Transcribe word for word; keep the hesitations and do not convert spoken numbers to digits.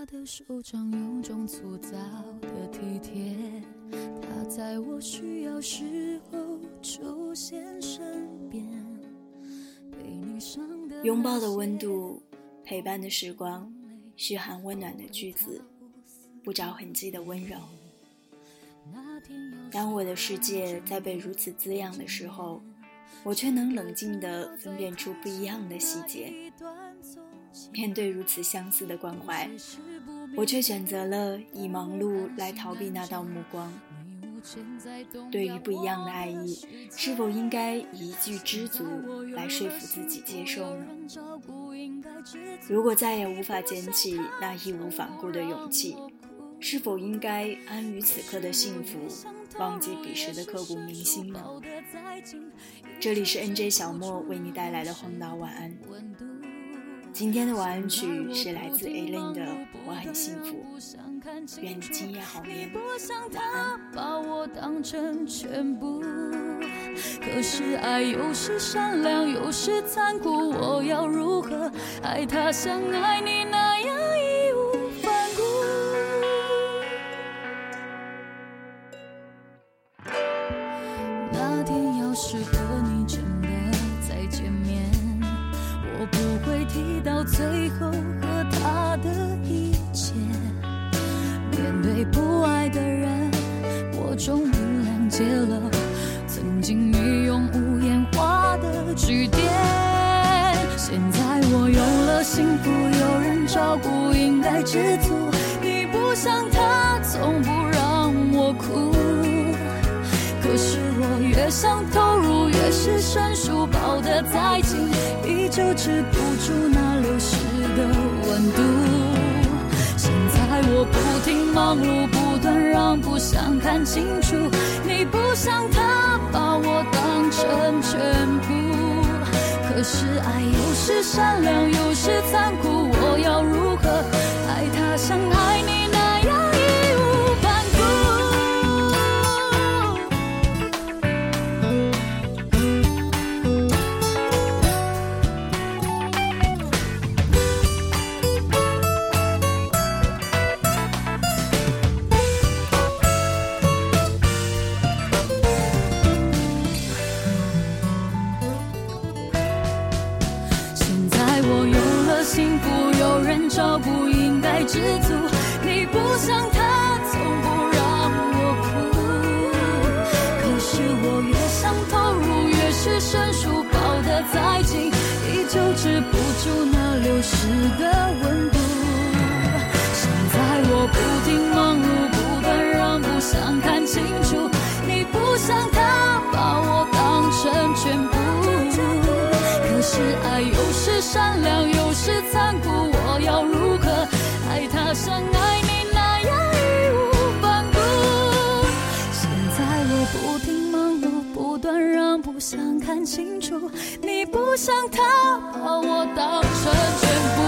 他的手掌有种粗糙的体贴，他在我需要时候出现身边，被你伤的拥抱的温度，陪伴的时光，嘘寒问暖的句子，不着痕迹的温柔。当我的世界在被如此滋养的时候，我却能冷静地分辨出不一样的细节。面对如此相似的关怀，我却选择了以忙碌来逃避那道目光。对于不一样的爱意，是否应该以一句知足来说服自己接受呢？如果再也无法捡起那义无反顾的勇气，是否应该安于此刻的幸福，忘记彼时的刻骨铭心呢？这里是 N J 小莫为你带来的荒岛晚安。今天的晚安曲是来自 A-Lin 的《我很幸福》，愿你今夜好眠，晚安。 把我当成全部，可是爱有时善良有时残酷，我要如何爱他像爱你那样义无反顾？那天要是和你真的再见面，我不会提到最后和他的一切。面对不爱的人，我终于谅解了曾经你用无言画的句点。现在我有了幸福，有人照顾，应该知足。你不像他，从不让我哭。可是我越想投入，越是生疏，抱得再紧，依旧止不住那流失的温度。现在我不停忙碌，不断让步，想看清楚。你不像他，把我当成全部。可是爱有时善良，有时残酷，我要如何爱他像爱你那样义无反顾？幸福有人照顾，应该知足。你不像他，从不让我哭。可是我越想投入，越是生疏，抱得再紧，依旧止不住那流失的温度。现在我不停忙碌，不断让步，想看清楚。你不像他，把我当成全部。可是爱有时善良，有时残酷，我要如何爱他像爱你那样义无反顾？现在我不停忙碌，不断让步，想看清楚。你不像他，把我当成全部。